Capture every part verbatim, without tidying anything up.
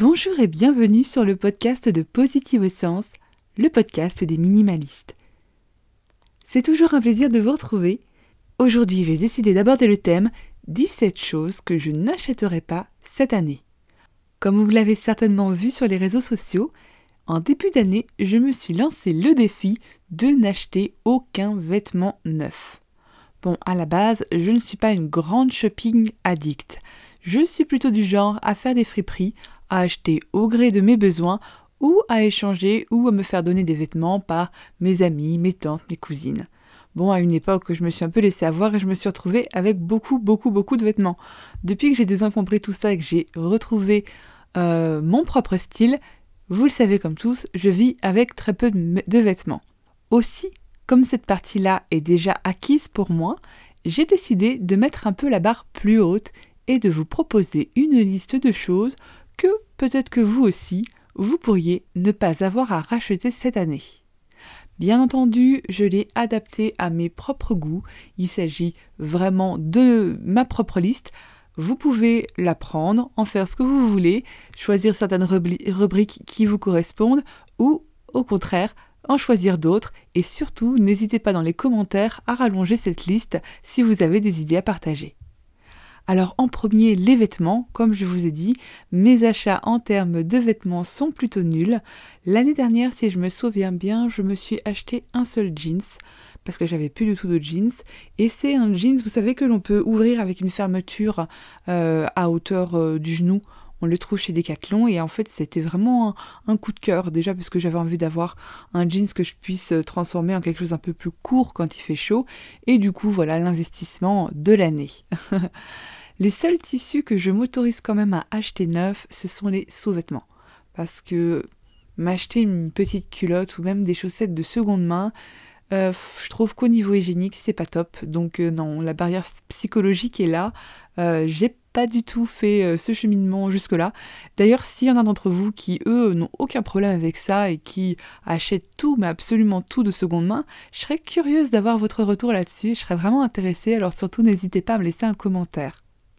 Bonjour et bienvenue sur le podcast de Positive Essence, le podcast des minimalistes. C'est toujours un plaisir de vous retrouver. Aujourd'hui, j'ai décidé d'aborder le thème dix-sept choses que je n'achèterai pas cette année. Comme vous l'avez certainement vu sur les réseaux sociaux, en début d'année, je me suis lancé le défi de n'acheter aucun vêtement neuf. Bon, à la base, je ne suis pas une grande shopping addict. Je suis plutôt du genre à faire des friperies, à acheter au gré de mes besoins ou à échanger ou à me faire donner des vêtements par mes amis, mes tantes, mes cousines. Bon, à une époque, je me suis un peu laissée avoir et je me suis retrouvée avec beaucoup, beaucoup, beaucoup de vêtements. Depuis que j'ai désencombré tout ça et que j'ai retrouvé euh, mon propre style, vous le savez comme tous, je vis avec très peu de, de vêtements. Aussi, comme cette partie-là est déjà acquise pour moi, j'ai décidé de mettre un peu la barre plus haute et de vous proposer une liste de choses que peut-être que vous aussi, vous pourriez ne pas avoir à racheter cette année. Bien entendu, je l'ai adapté à mes propres goûts. Il s'agit vraiment de ma propre liste. Vous pouvez la prendre, en faire ce que vous voulez, choisir certaines rubri- rubriques qui vous correspondent ou, au contraire, en choisir d'autres. Et surtout, n'hésitez pas dans les commentaires à rallonger cette liste si vous avez des idées à partager. Alors en premier, les vêtements, comme je vous ai dit, mes achats en termes de vêtements sont plutôt nuls. L'année dernière, si je me souviens bien, je me suis acheté un seul jeans, parce que j'avais plus du tout de jeans, et c'est un jeans, vous savez, que l'on peut ouvrir avec une fermeture euh, à hauteur euh, du genou. On le trouve chez Decathlon et en fait c'était vraiment un, un coup de cœur, déjà parce que j'avais envie d'avoir un jeans que je puisse transformer en quelque chose un peu plus court quand il fait chaud, et du coup voilà l'investissement de l'année. Les seuls tissus que je m'autorise quand même à acheter neufs, ce sont les sous-vêtements. Parce que m'acheter une petite culotte ou même des chaussettes de seconde main, euh, je trouve qu'au niveau hygiénique, c'est pas top. Donc euh, non, la barrière psychologique est là. Euh, j'ai pas du tout fait euh, ce cheminement jusque-là. D'ailleurs, s'il y en a d'entre vous qui, eux, n'ont aucun problème avec ça et qui achètent tout, mais absolument tout de seconde main, je serais curieuse d'avoir votre retour là-dessus. Je serais vraiment intéressée. Alors surtout, n'hésitez pas à me laisser un commentaire.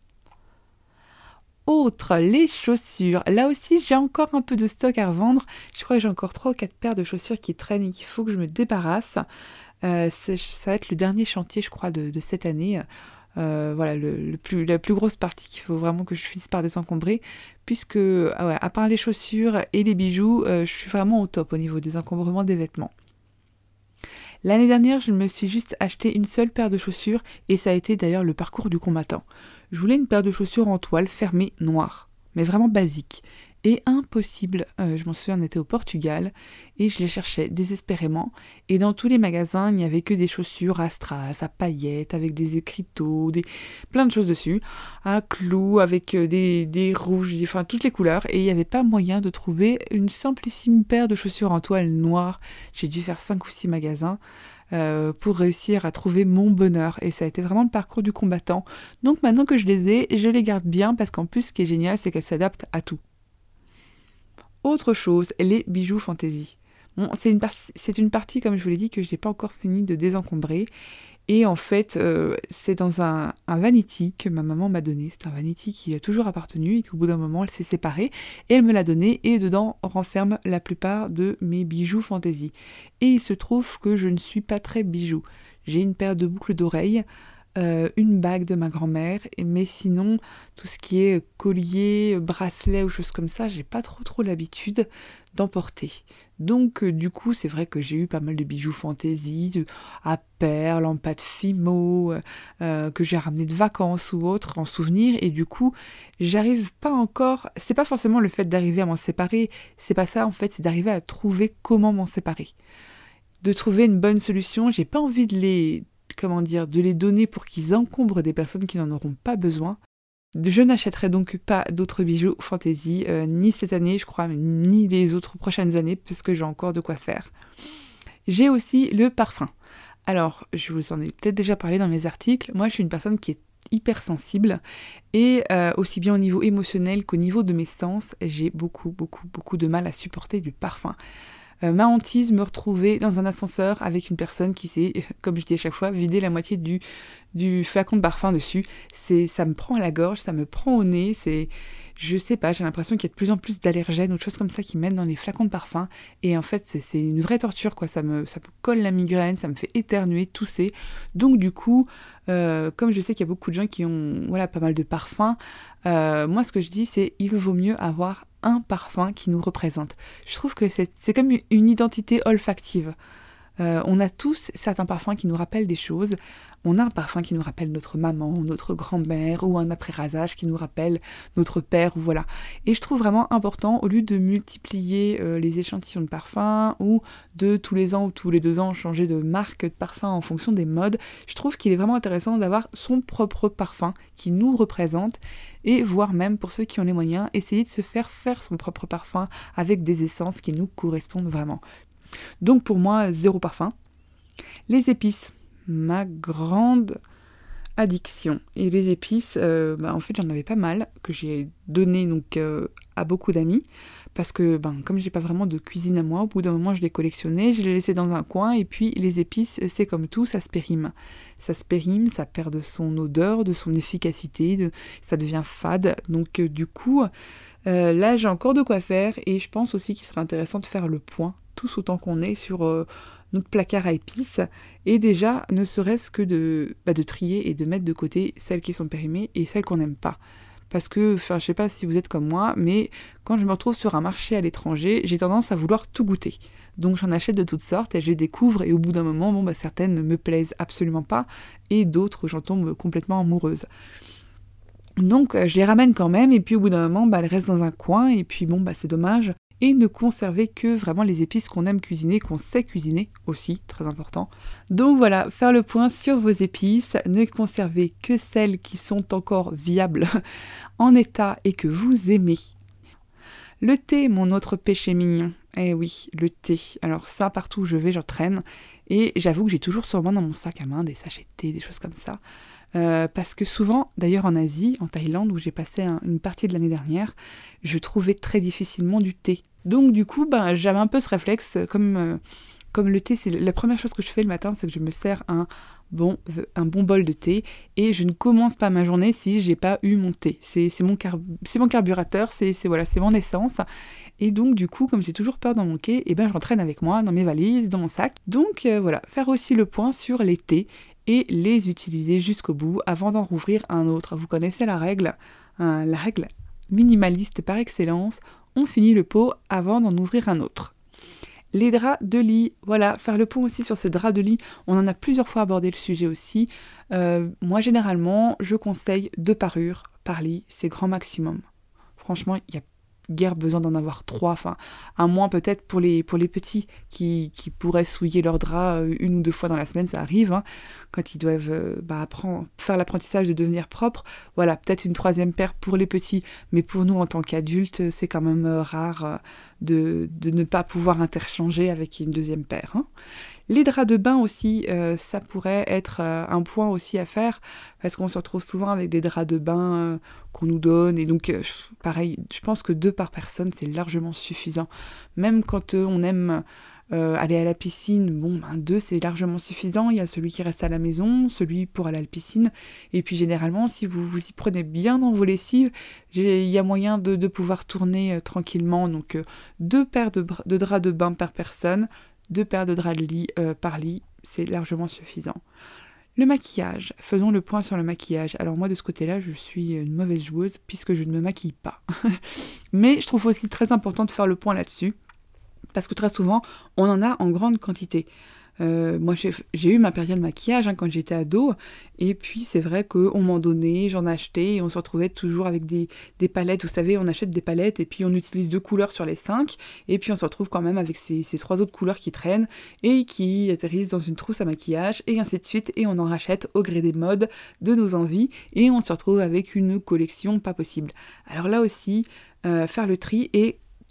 Autre, les chaussures. Là aussi, j'ai encore un peu de stock à revendre. Je crois que j'ai encore trois ou quatre paires de chaussures qui traînent et qu'il faut que je me débarrasse. Euh, ça va être le dernier chantier, je crois, de, de cette année. Euh, voilà, le, le plus, la plus grosse partie qu'il faut vraiment que je finisse par désencombrer. Puisque, ah ouais, à part les chaussures et les bijoux, euh, je suis vraiment au top au niveau des encombrements des vêtements. L'année dernière, je me suis juste acheté une seule paire de chaussures et ça a été d'ailleurs le parcours du combattant. Je voulais une paire de chaussures en toile fermée noire, mais vraiment basique. Et impossible, euh, je m'en souviens, on était au Portugal et je les cherchais désespérément. Et dans tous les magasins, il n'y avait que des chaussures à strass, à paillettes, avec des écriteaux, des... plein de choses dessus, à clous, avec des, des rouges, enfin toutes les couleurs. Et il n'y avait pas moyen de trouver une simplissime paire de chaussures en toile noire. J'ai dû faire cinq ou six magasins euh, pour réussir à trouver mon bonheur. Et ça a été vraiment le parcours du combattant. Donc maintenant que je les ai, je les garde bien parce qu'en plus, ce qui est génial, c'est qu'elles s'adaptent à tout. Autre chose, les bijoux fantaisie. Bon, c'est une, par- c'est une partie, comme je vous l'ai dit, que je n'ai pas encore fini de désencombrer. Et en fait, euh, c'est dans un, un vanity que ma maman m'a donné. C'est un vanity qui a toujours appartenu et qu'au bout d'un moment, elle s'est séparée. Et elle me l'a donné et dedans renferme la plupart de mes bijoux fantaisie. Et il se trouve que je ne suis pas très bijoux. J'ai une paire de boucles d'oreilles, Euh, une bague de ma grand-mère, mais sinon tout ce qui est collier, bracelet ou choses comme ça, j'ai pas trop trop l'habitude d'en porter. Donc euh, du coup c'est vrai que j'ai eu pas mal de bijoux fantaisie, de, à perles, en pâte fimo, euh, que j'ai ramené de vacances ou autres en souvenir, et du coup j'arrive pas encore, c'est pas forcément le fait d'arriver à m'en séparer, c'est pas ça en fait, c'est d'arriver à trouver comment m'en séparer. De trouver une bonne solution, j'ai pas envie de les comment dire, de les donner pour qu'ils encombrent des personnes qui n'en auront pas besoin. Je n'achèterai donc pas d'autres bijoux fantaisie, euh, ni cette année, je crois, ni les autres prochaines années, puisque j'ai encore de quoi faire. J'ai aussi le parfum. Alors, je vous en ai peut-être déjà parlé dans mes articles, moi je suis une personne qui est hypersensible, et euh, aussi bien au niveau émotionnel qu'au niveau de mes sens, j'ai beaucoup, beaucoup, beaucoup de mal à supporter du parfum. euh, ma hantise, me retrouver dans un ascenseur avec une personne qui s'est, comme je dis à chaque fois, vidé la moitié du, du flacon de parfum dessus. C'est, ça me prend à la gorge, ça me prend au nez, c'est... Je sais pas, j'ai l'impression qu'il y a de plus en plus d'allergènes ou de choses comme ça qui mènent dans les flacons de parfum. Et en fait, c'est, c'est une vraie torture, quoi. Ça me, ça me colle la migraine, ça me fait éternuer, tousser. Donc du coup, euh, comme je sais qu'il y a beaucoup de gens qui ont voilà, pas mal de parfums, euh, moi ce que je dis, c'est il vaut mieux avoir un parfum qui nous représente. Je trouve que c'est, c'est comme une identité olfactive. Euh, on a tous certains parfums qui nous rappellent des choses. On a un parfum qui nous rappelle notre maman, notre grand-mère, ou un après-rasage qui nous rappelle notre père, ou voilà. Et je trouve vraiment important, au lieu de multiplier euh, les échantillons de parfums, ou de tous les ans ou tous les deux ans changer de marque de parfum en fonction des modes, je trouve qu'il est vraiment intéressant d'avoir son propre parfum qui nous représente, et voire même, pour ceux qui ont les moyens, essayer de se faire faire son propre parfum avec des essences qui nous correspondent vraiment. Donc pour moi, zéro parfum. Les épices, ma grande addiction. Et les épices, euh, bah, en fait j'en avais pas mal, que j'ai donné donc, euh, à beaucoup d'amis, parce que ben, comme j'ai pas vraiment de cuisine à moi, au bout d'un moment je les collectionnais, je les laissais dans un coin, et puis les épices, c'est comme tout, ça se périme. Ça se périme, ça perd de son odeur, de son efficacité, de... ça devient fade. Donc euh, du coup, euh, là j'ai encore de quoi faire, et je pense aussi qu'il serait intéressant de faire le point, tous autant qu'on est, sur euh, notre placard à épices, et déjà, ne serait-ce que de, bah, de trier et de mettre de côté celles qui sont périmées et celles qu'on n'aime pas. Parce que, enfin, je sais pas si vous êtes comme moi, mais quand je me retrouve sur un marché à l'étranger, j'ai tendance à vouloir tout goûter. Donc j'en achète de toutes sortes et je les découvre, et au bout d'un moment, bon, bah, certaines ne me plaisent absolument pas, et d'autres, j'en tombe complètement amoureuse. Donc je les ramène quand même, et puis au bout d'un moment, bah, elles restent dans un coin, et puis bon, bah, c'est dommage. Et ne conserver que vraiment les épices qu'on aime cuisiner, qu'on sait cuisiner aussi, très important. Donc voilà, faire le point sur vos épices, ne conservez que celles qui sont encore viables, en état et que vous aimez. Le thé, mon autre péché mignon. Eh oui, le thé. Alors ça, partout où je vais, j'en traîne. Et j'avoue que j'ai toujours sur moi dans mon sac à main des sachets de thé, des choses comme ça. Euh, parce que souvent, d'ailleurs en Asie, en Thaïlande, où j'ai passé un, une partie de l'année dernière, je trouvais très difficilement du thé. Donc du coup, ben, j'avais un peu ce réflexe, comme, euh, comme le thé, c'est la première chose que je fais le matin, c'est que je me sers un bon, un bon bol de thé, et je ne commence pas ma journée si j'ai pas eu mon thé. C'est, c'est, mon, car- c'est mon carburateur, c'est, c'est, voilà, c'est mon essence. Et donc du coup, comme j'ai toujours peur d'en manquer, et ben, je l'entraîne avec moi, dans mes valises, dans mon sac. Donc euh, voilà, faire aussi le point sur les thés, et les utiliser jusqu'au bout avant d'en rouvrir un autre. Vous connaissez la règle, hein, la règle minimaliste par excellence, on finit le pot avant d'en ouvrir un autre. Les draps de lit, voilà, faire le point aussi sur ce drap de lit, on en a plusieurs fois abordé le sujet aussi. Euh, moi généralement, je conseille deux parures par lit, c'est grand maximum. Franchement, il y a guère besoin d'en avoir trois, enfin, à moins peut-être pour les, pour les petits qui, qui pourraient souiller leurs draps une ou deux fois dans la semaine, ça arrive, hein, quand ils doivent euh, bah, apprendre, faire l'apprentissage de devenir propre. Voilà, peut-être une troisième paire pour les petits, mais pour nous en tant qu'adultes, c'est quand même euh, rare euh, de, de ne pas pouvoir interchanger avec une deuxième paire, hein. Les draps de bain aussi, euh, ça pourrait être euh, un point aussi à faire, parce qu'on se retrouve souvent avec des draps de bain euh, qu'on nous donne, et donc euh, pareil, je pense que deux par personne, c'est largement suffisant. Même quand euh, on aime euh, aller à la piscine, bon, ben, deux, c'est largement suffisant. Il y a celui qui reste à la maison, celui pour aller à la piscine, et puis généralement, si vous vous y prenez bien dans vos lessives, il y a moyen de, de pouvoir tourner euh, tranquillement, donc euh, deux paires de, de draps de bain par personne, deux paires de draps de lit euh, par lit, c'est largement suffisant. Le maquillage, faisons le point sur le maquillage. Alors moi de ce côté-là, je suis une mauvaise joueuse puisque je ne me maquille pas. Mais je trouve aussi très important de faire le point là-dessus, parce que très souvent, on en a en grande quantité. Euh, moi j'ai, j'ai eu ma période de maquillage hein, quand j'étais ado, et puis c'est vrai qu'on m'en donnait, j'en achetais, et on se retrouvait toujours avec des, des palettes, vous savez, on achète des palettes et puis on utilise deux couleurs sur les cinq, et puis on se retrouve quand même avec ces, ces trois autres couleurs qui traînent et qui atterrissent dans une trousse à maquillage, et ainsi de suite, et on en rachète au gré des modes, de nos envies, et on se retrouve avec une collection pas possible. Alors là aussi, euh, faire le tri et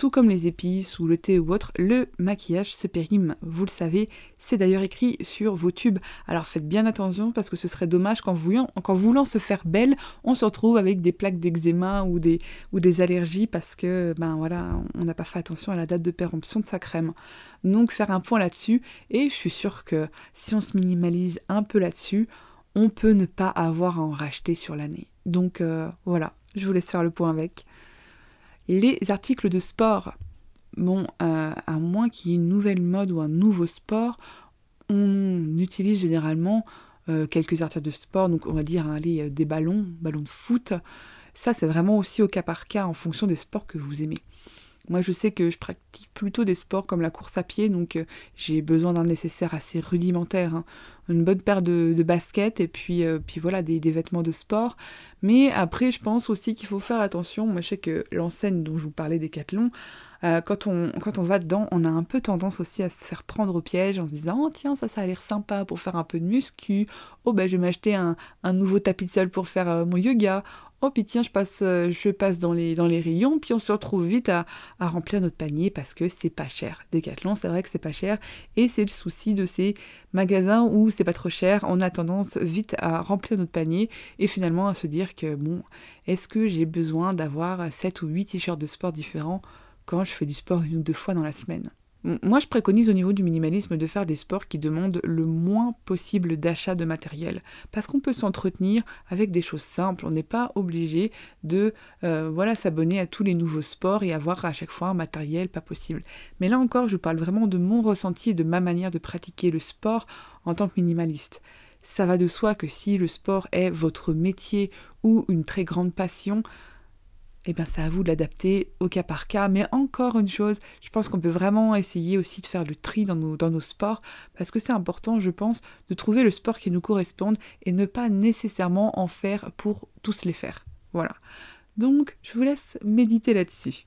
tout comme les épices ou le thé ou autre, le maquillage se périme, vous le savez, c'est d'ailleurs écrit sur vos tubes. Alors faites bien attention parce que ce serait dommage qu'en voulant, qu'en voulant se faire belle, on se retrouve avec des plaques d'eczéma ou des, ou des allergies parce que ben voilà, on n'a pas fait attention à la date de péremption de sa crème. Donc faire un point là-dessus, et je suis sûre que si on se minimalise un peu là-dessus, on peut ne pas avoir à en racheter sur l'année. Donc euh, voilà, je vous laisse faire le point avec. Les articles de sport, bon, euh, à moins qu'il y ait une nouvelle mode ou un nouveau sport, on utilise généralement euh, quelques articles de sport, donc on va dire hein, allez, des ballons, ballons de foot. Ça, c'est vraiment aussi au cas par cas en fonction des sports que vous aimez. Moi, je sais que je pratique plutôt des sports comme la course à pied, donc euh, j'ai besoin d'un nécessaire assez rudimentaire, hein. Une bonne paire de, de baskets et puis, euh, puis voilà, des, des vêtements de sport. Mais après, je pense aussi qu'il faut faire attention. Moi, je sais que l'enseigne dont je vous parlais, Decathlon, euh, quand, on, quand on va dedans, on a un peu tendance aussi à se faire prendre au piège en se disant « Oh tiens, ça, ça a l'air sympa pour faire un peu de muscu. Oh, ben je vais m'acheter un, un nouveau tapis de sol pour faire euh, mon yoga. » Oh, puis tiens, je passe, euh, je passe dans, les, dans les rayons, puis on se retrouve vite à, à remplir notre panier parce que c'est pas cher. Decathlon, c'est vrai que c'est pas cher, et c'est le souci de ces magasins où c'est pas trop cher. On a tendance vite à remplir notre panier et finalement à se dire que, bon, est-ce que j'ai besoin d'avoir sept ou huit t-shirts de sport différents quand je fais du sport une ou deux fois dans la semaine ? Moi, je préconise au niveau du minimalisme de faire des sports qui demandent le moins possible d'achat de matériel. Parce qu'on peut s'entretenir avec des choses simples. On n'est pas obligé de euh, voilà, s'abonner à tous les nouveaux sports et avoir à chaque fois un matériel pas possible. Mais là encore, je parle vraiment de mon ressenti et de ma manière de pratiquer le sport en tant que minimaliste. Ça va de soi que si le sport est votre métier ou une très grande passion, eh bien, c'est à vous de l'adapter au cas par cas. Mais encore une chose, je pense qu'on peut vraiment essayer aussi de faire le tri dans nos, dans nos sports, parce que c'est important, je pense, de trouver le sport qui nous corresponde et ne pas nécessairement en faire pour tous les faire. Voilà. Donc, je vous laisse méditer là-dessus.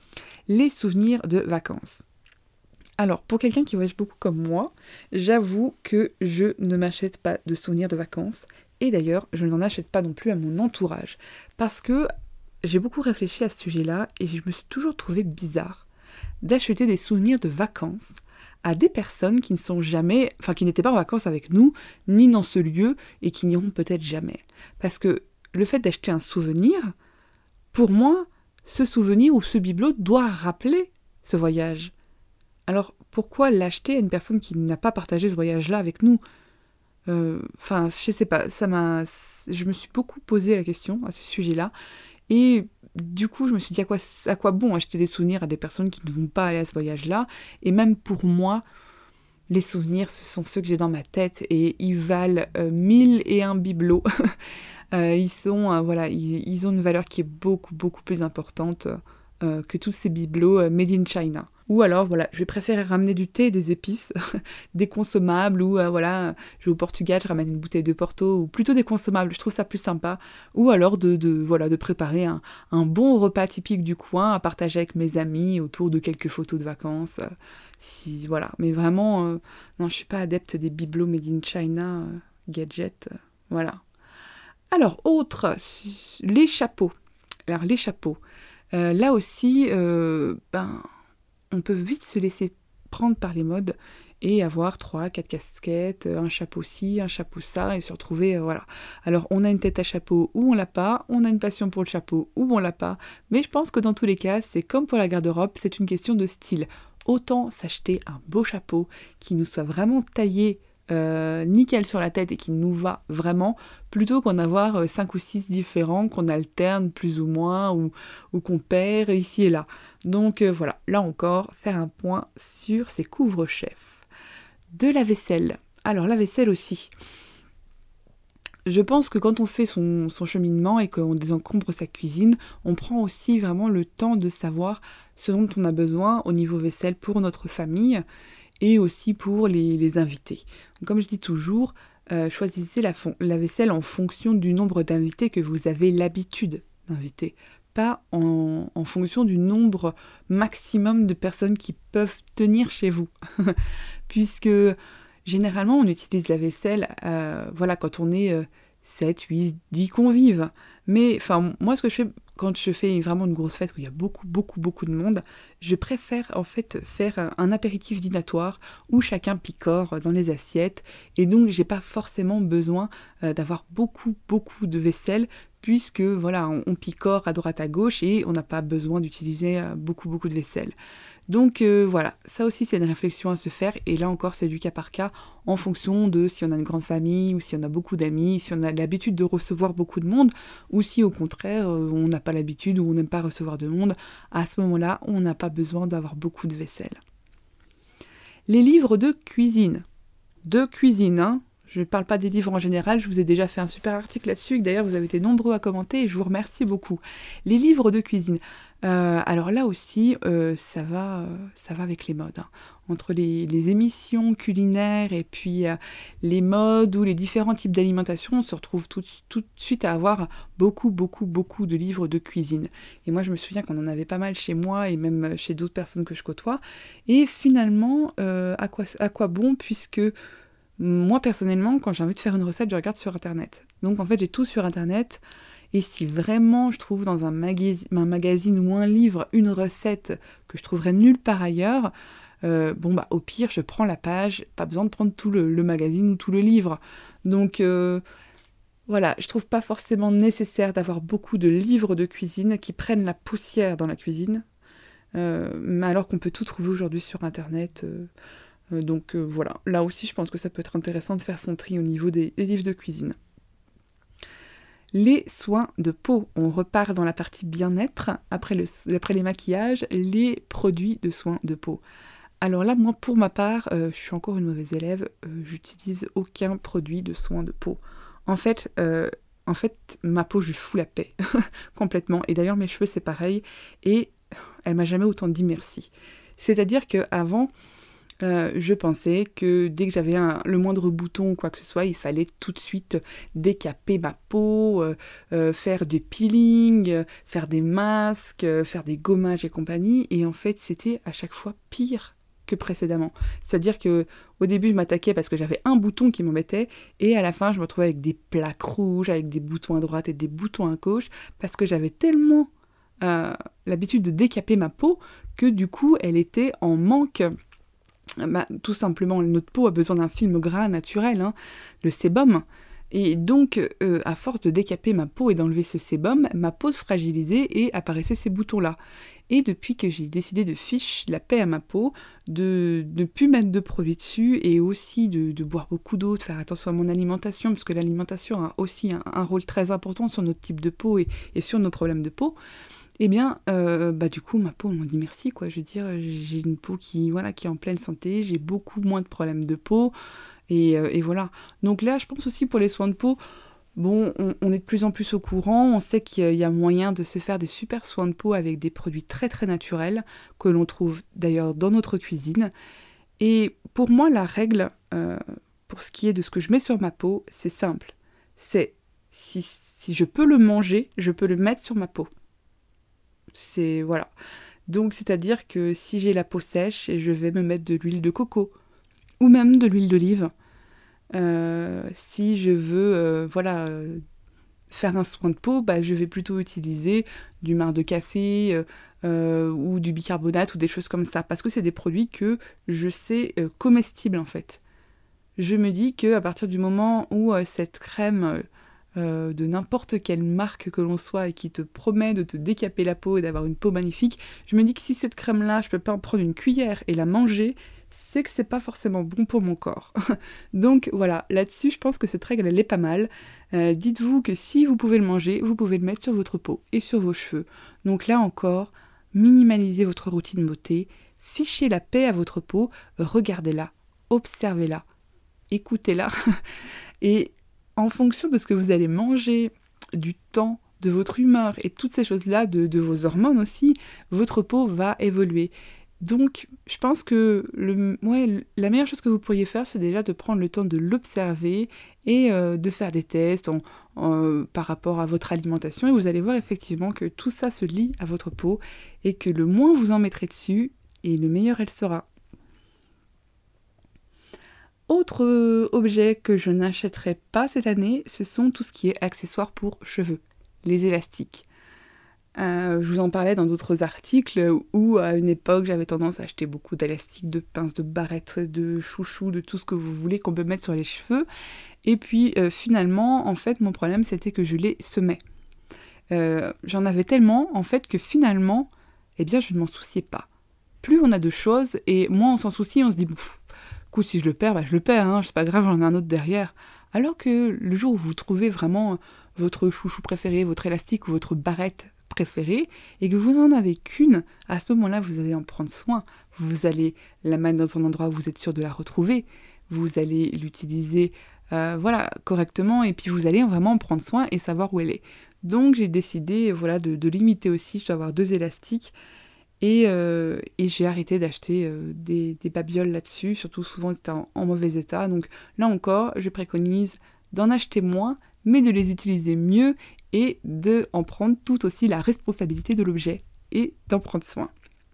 Les souvenirs de vacances. Alors, pour quelqu'un qui voyage beaucoup comme moi, j'avoue que je ne m'achète pas de souvenirs de vacances. Et d'ailleurs, je n'en achète pas non plus à mon entourage. Parce que j'ai beaucoup réfléchi à ce sujet-là et je me suis toujours trouvé bizarre d'acheter des souvenirs de vacances à des personnes qui ne sont jamais, enfin qui n'étaient pas en vacances avec nous, ni dans ce lieu et qui n'iront peut-être jamais. Parce que le fait d'acheter un souvenir, pour moi, ce souvenir ou ce bibelot doit rappeler ce voyage. Alors pourquoi l'acheter à une personne qui n'a pas partagé ce voyage-là avec nous ? Enfin, euh, je sais pas, ça m'a, je me suis beaucoup posé la question à ce sujet-là. Et du coup, je me suis dit à quoi, à quoi bon acheter des souvenirs à des personnes qui ne vont pas aller à ce voyage-là. Et même pour moi, les souvenirs, ce sont ceux que j'ai dans ma tête et ils valent euh, mille et un bibelots. euh, ils sont, euh, voilà, ils, ils ont une valeur qui est beaucoup, beaucoup plus importante euh, que tous ces bibelots euh, made in China. Ou alors, voilà, je vais préférer ramener du thé et des épices, des consommables, ou euh, voilà, je vais au Portugal, je ramène une bouteille de Porto, ou plutôt des consommables, je trouve ça plus sympa. Ou alors de, de, voilà, de préparer un, un bon repas typique du coin à partager avec mes amis autour de quelques photos de vacances. Euh, si, voilà, mais vraiment, euh, non, je suis pas adepte des bibelots made in China, euh, gadgets, euh, voilà. Alors, autre, les chapeaux. Alors, les chapeaux. Euh, là aussi, euh, ben... on peut vite se laisser prendre par les modes et avoir trois, quatre casquettes, un chapeau ci, un chapeau ça, et se retrouver, euh, voilà. Alors, on a une tête à chapeau ou on l'a pas, on a une passion pour le chapeau ou on l'a pas, mais je pense que dans tous les cas, c'est comme pour la garde-robe, c'est une question de style. Autant s'acheter un beau chapeau qui nous soit vraiment taillé Euh, nickel sur la tête et qui nous va vraiment, plutôt qu'en avoir euh, cinq ou six différents qu'on alterne plus ou moins ou, ou qu'on perd ici et là. Donc euh, voilà, là encore, faire un point sur ces couvre-chefs. De la vaisselle. Alors la vaisselle aussi. Je pense que quand on fait son, son cheminement et qu'on désencombre sa cuisine, on prend aussi vraiment le temps de savoir ce dont on a besoin au niveau vaisselle pour notre famille et aussi pour les, les invités. Donc, comme je dis toujours, euh, choisissez la, fon- la vaisselle en fonction du nombre d'invités que vous avez l'habitude d'inviter, pas en, en fonction du nombre maximum de personnes qui peuvent tenir chez vous. Puisque généralement, on utilise la vaisselle euh, voilà, quand on est euh, sept, huit, dix convives. Mais enfin, moi, ce que je fais quand je fais vraiment une grosse fête où il y a beaucoup, beaucoup, beaucoup de monde, je préfère en fait faire un apéritif dînatoire où chacun picore dans les assiettes et donc j'ai pas forcément besoin euh, d'avoir beaucoup, beaucoup de vaisselle puisque voilà, on, on picore à droite à gauche et on n'a pas besoin d'utiliser euh, beaucoup, beaucoup de vaisselle. Donc euh, voilà, ça aussi c'est une réflexion à se faire et là encore c'est du cas par cas en fonction de si on a une grande famille ou si on a beaucoup d'amis, si on a l'habitude de recevoir beaucoup de monde ou si au contraire euh, on n'a pas l'habitude ou on n'aime pas recevoir de monde, à ce moment-là on n'a pas besoin d'avoir beaucoup de vaisselle. Les livres de cuisine, de cuisine hein, je ne parle pas des livres en général, je vous ai déjà fait un super article là-dessus, que d'ailleurs vous avez été nombreux à commenter et je vous remercie beaucoup. Les livres de cuisine, euh, alors là aussi, euh, ça, va, euh, ça va avec les modes. Hein. Entre les, les émissions culinaires et puis euh, les modes ou les différents types d'alimentation, on se retrouve tout, tout de suite à avoir beaucoup, beaucoup, beaucoup de livres de cuisine. Et moi je me souviens qu'on en avait pas mal chez moi et même chez d'autres personnes que je côtoie. Et finalement, euh, à, quoi, à quoi bon puisque... Moi, personnellement, quand j'ai envie de faire une recette, je regarde sur Internet. Donc, en fait, j'ai tout sur Internet. Et si vraiment je trouve dans un, magasi- un magazine ou un livre une recette que je trouverais nulle part ailleurs, euh, bon, bah, au pire, je prends la page. Pas besoin de prendre tout le, le magazine ou tout le livre. Donc, euh, voilà, je trouve pas forcément nécessaire d'avoir beaucoup de livres de cuisine qui prennent la poussière dans la cuisine. Euh, mais alors qu'on peut tout trouver aujourd'hui sur Internet... Euh, Donc euh, voilà, là aussi je pense que ça peut être intéressant de faire son tri au niveau des, des livres de cuisine. Les soins de peau, on repart dans la partie bien-être, après, le, après les maquillages, les produits de soins de peau. Alors là, moi pour ma part, euh, je suis encore une mauvaise élève, euh, j'utilise aucun produit de soins de peau. En fait, euh, en fait ma peau je lui fous la paix, complètement, et d'ailleurs mes cheveux c'est pareil, et elle m'a jamais autant dit merci. C'est-à-dire qu'avant, Euh, je pensais que dès que j'avais un, le moindre bouton ou quoi que ce soit, il fallait tout de suite décaper ma peau, euh, euh, faire des peelings, euh, faire des masques, euh, faire des gommages et compagnie. Et en fait, c'était à chaque fois pire que précédemment. C'est-à-dire que au début, je m'attaquais parce que j'avais un bouton qui m'embêtait et à la fin, je me retrouvais avec des plaques rouges, avec des boutons à droite et des boutons à gauche parce que j'avais tellement euh, l'habitude de décaper ma peau que du coup, elle était en manque. Bah, tout simplement, notre peau a besoin d'un film gras naturel, hein, le sébum. Et donc, euh, à force de décaper ma peau et d'enlever ce sébum, ma peau se fragilisait et apparaissaient ces boutons-là. Et depuis que j'ai décidé de fiche la paix à ma peau, de ne plus mettre de produits dessus et aussi de, de boire beaucoup d'eau, de faire attention à mon alimentation, parce que l'alimentation a aussi un, un rôle très important sur notre type de peau et, et sur nos problèmes de peau, eh bien, euh, bah du coup, ma peau m'a dit merci, quoi. Je veux dire, j'ai une peau qui, voilà, qui est en pleine santé, j'ai beaucoup moins de problèmes de peau, et, euh, et voilà. Donc là, je pense aussi pour les soins de peau, bon, on, on est de plus en plus au courant, on sait qu'il y a moyen de se faire des super soins de peau avec des produits très très naturels, que l'on trouve d'ailleurs dans notre cuisine. Et pour moi, la règle, euh, pour ce qui est de ce que je mets sur ma peau, c'est simple. C'est, si, si je peux le manger, je peux le mettre sur ma peau. C'est voilà. Donc c'est-à-dire que si j'ai la peau sèche, je vais me mettre de l'huile de coco ou même de l'huile d'olive. Euh, si je veux euh, voilà euh, faire un soin de peau, bah, je vais plutôt utiliser du marc de café euh, euh, ou du bicarbonate ou des choses comme ça parce que c'est des produits que je sais euh, comestibles en fait. Je me dis que à partir du moment où euh, cette crème euh, Euh, de n'importe quelle marque que l'on soit et qui te promet de te décaper la peau et d'avoir une peau magnifique, je me dis que si cette crème-là, je peux pas en prendre une cuillère et la manger, c'est que c'est pas forcément bon pour mon corps. Donc voilà, là-dessus, je pense que cette règle, elle est pas mal. Euh, dites-vous que si vous pouvez le manger, vous pouvez le mettre sur votre peau et sur vos cheveux. Donc là encore, minimalisez votre routine beauté, fichez la paix à votre peau, regardez-la, observez-la, écoutez-la et en fonction de ce que vous allez manger, du temps, de votre humeur et toutes ces choses-là, de, de vos hormones aussi, votre peau va évoluer. Donc, je pense que le, ouais, la meilleure chose que vous pourriez faire, c'est déjà de prendre le temps de l'observer et euh, de faire des tests en, en, par rapport à votre alimentation. Et vous allez voir effectivement que tout ça se lie à votre peau et que le moins vous en mettrez dessus, et le meilleur elle sera. Autre objet que je n'achèterai pas cette année, ce sont tout ce qui est accessoires pour cheveux, les élastiques. Euh, je vous en parlais dans d'autres articles où à une époque j'avais tendance à acheter beaucoup d'élastiques, de pinces, de barrettes, de chouchous, de tout ce que vous voulez qu'on peut mettre sur les cheveux. Et puis euh, finalement, en fait, mon problème c'était que je les semais. Euh, j'en avais tellement en fait que finalement, eh bien je ne m'en souciais pas. Plus on a de choses et moins on s'en soucie, on se dit bouf, écoute, si je le perds, bah je le perds, hein, c'est pas grave, j'en ai un autre derrière. Alors que le jour où vous trouvez vraiment votre chouchou préféré, votre élastique ou votre barrette préférée, et que vous n'en avez qu'une, à ce moment-là, vous allez en prendre soin. Vous allez la mettre dans un endroit où vous êtes sûr de la retrouver. Vous allez l'utiliser euh, voilà, correctement, et puis vous allez vraiment en prendre soin et savoir où elle est. Donc j'ai décidé voilà, de, de limiter aussi, je dois avoir deux élastiques, et, euh, et j'ai arrêté d'acheter euh, des, des babioles là-dessus, surtout souvent c'était en, en mauvais état. Donc là encore, je préconise d'en acheter moins, mais de les utiliser mieux et d'en prendre tout aussi la responsabilité de l'objet et d'en prendre soin.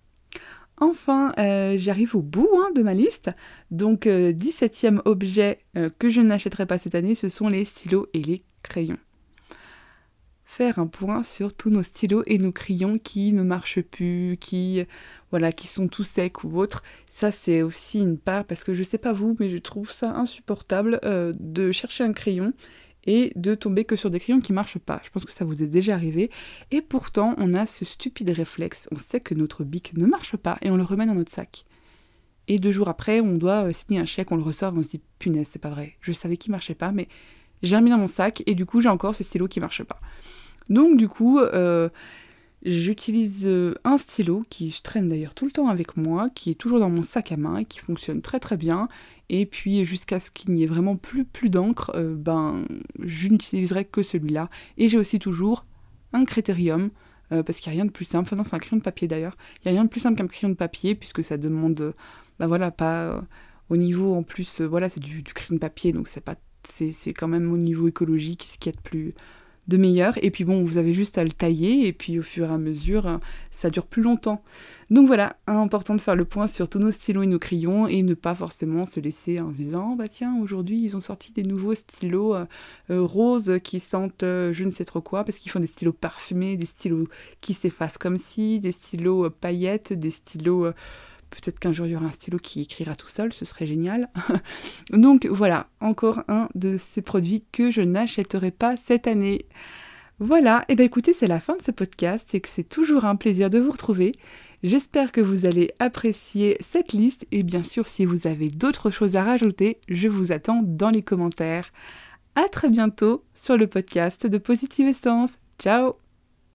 Enfin, euh, j'arrive au bout hein, de ma liste. Donc, euh, dix-septième objet euh, que je n'achèterai pas cette année, ce sont les stylos et les crayons. Faire un point sur tous nos stylos et nos crayons qui ne marchent plus, qui, voilà, qui sont tout secs ou autres. Ça, c'est aussi une part, parce que je sais pas vous, mais je trouve ça insupportable euh, de chercher un crayon et de tomber que sur des crayons qui marchent pas. Je pense que ça vous est déjà arrivé. Et pourtant, on a ce stupide réflexe. On sait que notre bic ne marche pas et on le remet dans notre sac. Et deux jours après, on doit signer un chèque, on le ressort et on se dit « Punaise, c'est pas vrai. Je savais qu'il marchait pas, mais j'ai remis dans mon sac et du coup, j'ai encore ce stylo qui marche pas. » Donc du coup, euh, j'utilise un stylo qui traîne d'ailleurs tout le temps avec moi, qui est toujours dans mon sac à main et qui fonctionne très très bien. Et puis jusqu'à ce qu'il n'y ait vraiment plus, plus d'encre, euh, ben, je n'utiliserai que celui-là. Et j'ai aussi toujours un Critérium, euh, parce qu'il n'y a rien de plus simple. Enfin non, c'est un crayon de papier d'ailleurs. Il n'y a rien de plus simple qu'un crayon de papier, puisque ça demande, euh, ben voilà, pas euh, au niveau en plus, euh, voilà, c'est du, du crayon de papier, donc c'est pas, c'est, c'est quand même au niveau écologique ce qui est de plus... de meilleur, et puis bon, vous avez juste à le tailler, et puis au fur et à mesure, ça dure plus longtemps. Donc voilà, important de faire le point sur tous nos stylos et nos crayons, et ne pas forcément se laisser en se disant, oh, bah tiens, aujourd'hui, ils ont sorti des nouveaux stylos euh, euh, roses qui sentent euh, je ne sais trop quoi, parce qu'ils font des stylos parfumés, des stylos qui s'effacent comme si, des stylos euh, paillettes, des stylos... Euh, peut-être qu'un jour il y aura un stylo qui écrira tout seul, ce serait génial. Donc voilà, encore un de ces produits que je n'achèterai pas cette année. Voilà, et bien écoutez, c'est la fin de ce podcast et que c'est toujours un plaisir de vous retrouver. J'espère que vous allez apprécier cette liste et bien sûr si vous avez d'autres choses à rajouter, je vous attends dans les commentaires. À très bientôt sur le podcast de Positive Essence. Ciao!